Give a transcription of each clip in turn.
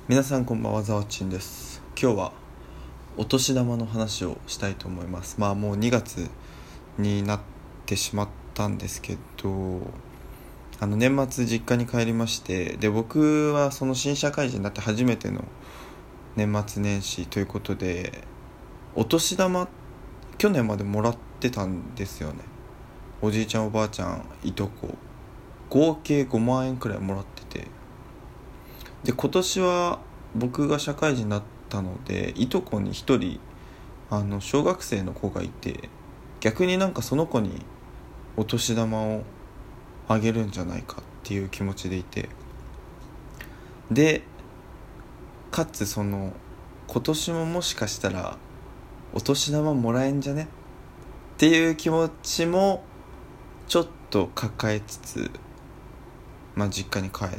皆さんこんばんは、ざわちんです。今日はお年玉の話をしたいと思います。もう2月になってしまったんですけど、年末実家に帰りまして、で僕はその新社会人になって初めての年末年始ということで、お年玉去年までもらってたんですよね。おじいちゃんおばあちゃんいとこ合計5万円くらいもらってて、で今年は僕が社会人になったので、いとこに一人小学生の子がいて、逆にその子にお年玉をあげるんじゃないかっていう気持ちでいて、でかつ今年ももしかしたらお年玉もらえんじゃねっていう気持ちもちょっと抱えつつ、実家に帰って、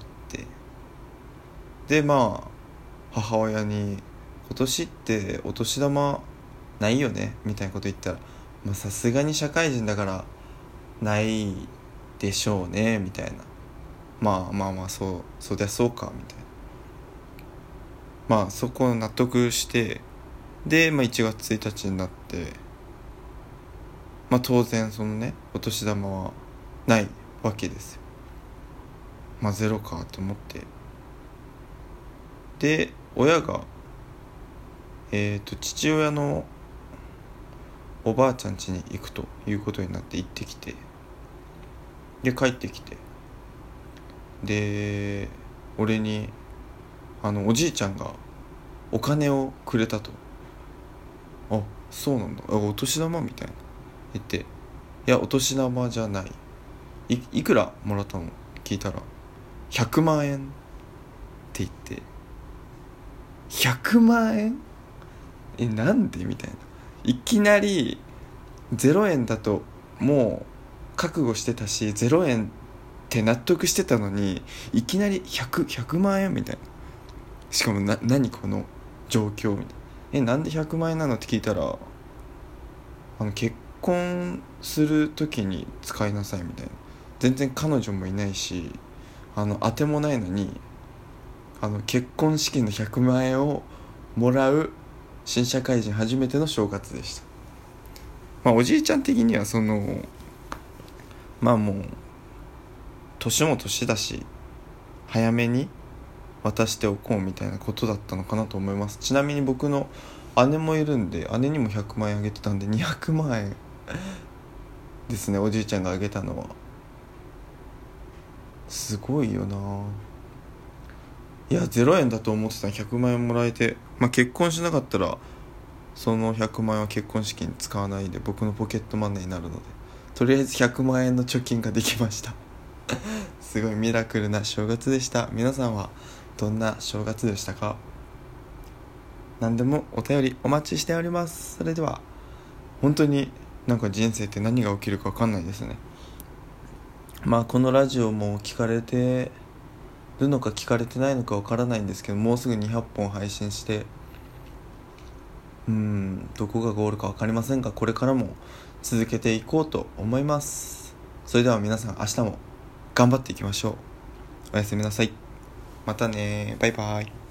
で母親に今年ってお年玉ないよねみたいなこと言ったら、さすがに社会人だからないでしょうねみたいな、そうりゃそうかみたいな、そこを納得して、で1月1日になって、当然そのねお年玉はないわけですよ。ゼロかと思って、で親が父親のおばあちゃん家に行くということになって行ってきて、で帰ってきて、で俺におじいちゃんがお金をくれたと。あ、そうなんだ、お年玉みたいな言って、いやお年玉じゃない、いくらもらったの聞いたら100万円って言って、100万円なんでみたいな、いきなり0円だともう覚悟してたし、0円って納得してたのに、いきなり100万円みたいな、しかも何この状況みたいな、なんで100万円なのって聞いたら、結婚する時に使いなさいみたいな、全然彼女もいないし当てもないのに結婚式の100万円をもらう新社会人初めての正月でした。おじいちゃん的にはもう年も年だし早めに渡しておこうみたいなことだったのかなと思います。ちなみに僕の姉もいるんで、姉にも100万円あげてたんで200万円ですね、おじいちゃんがあげたのは。すごいよな。いや0円だと思ってたら100万円もらえて、結婚しなかったらその100万円は結婚式に使わないで僕のポケットマネーになるので、とりあえず100万円の貯金ができましたすごいミラクルな正月でした。皆さんはどんな正月でしたか？何でもお便りお待ちしております。それでは、本当に人生って何が起きるか分かんないですね。このラジオも聞かれてるのか聞かれてないのか分からないんですけど、もうすぐ200本配信して、どこがゴールか分かりませんが、これからも続けていこうと思います。それでは皆さん、明日も頑張っていきましょう。おやすみなさい。またね、バイバイ。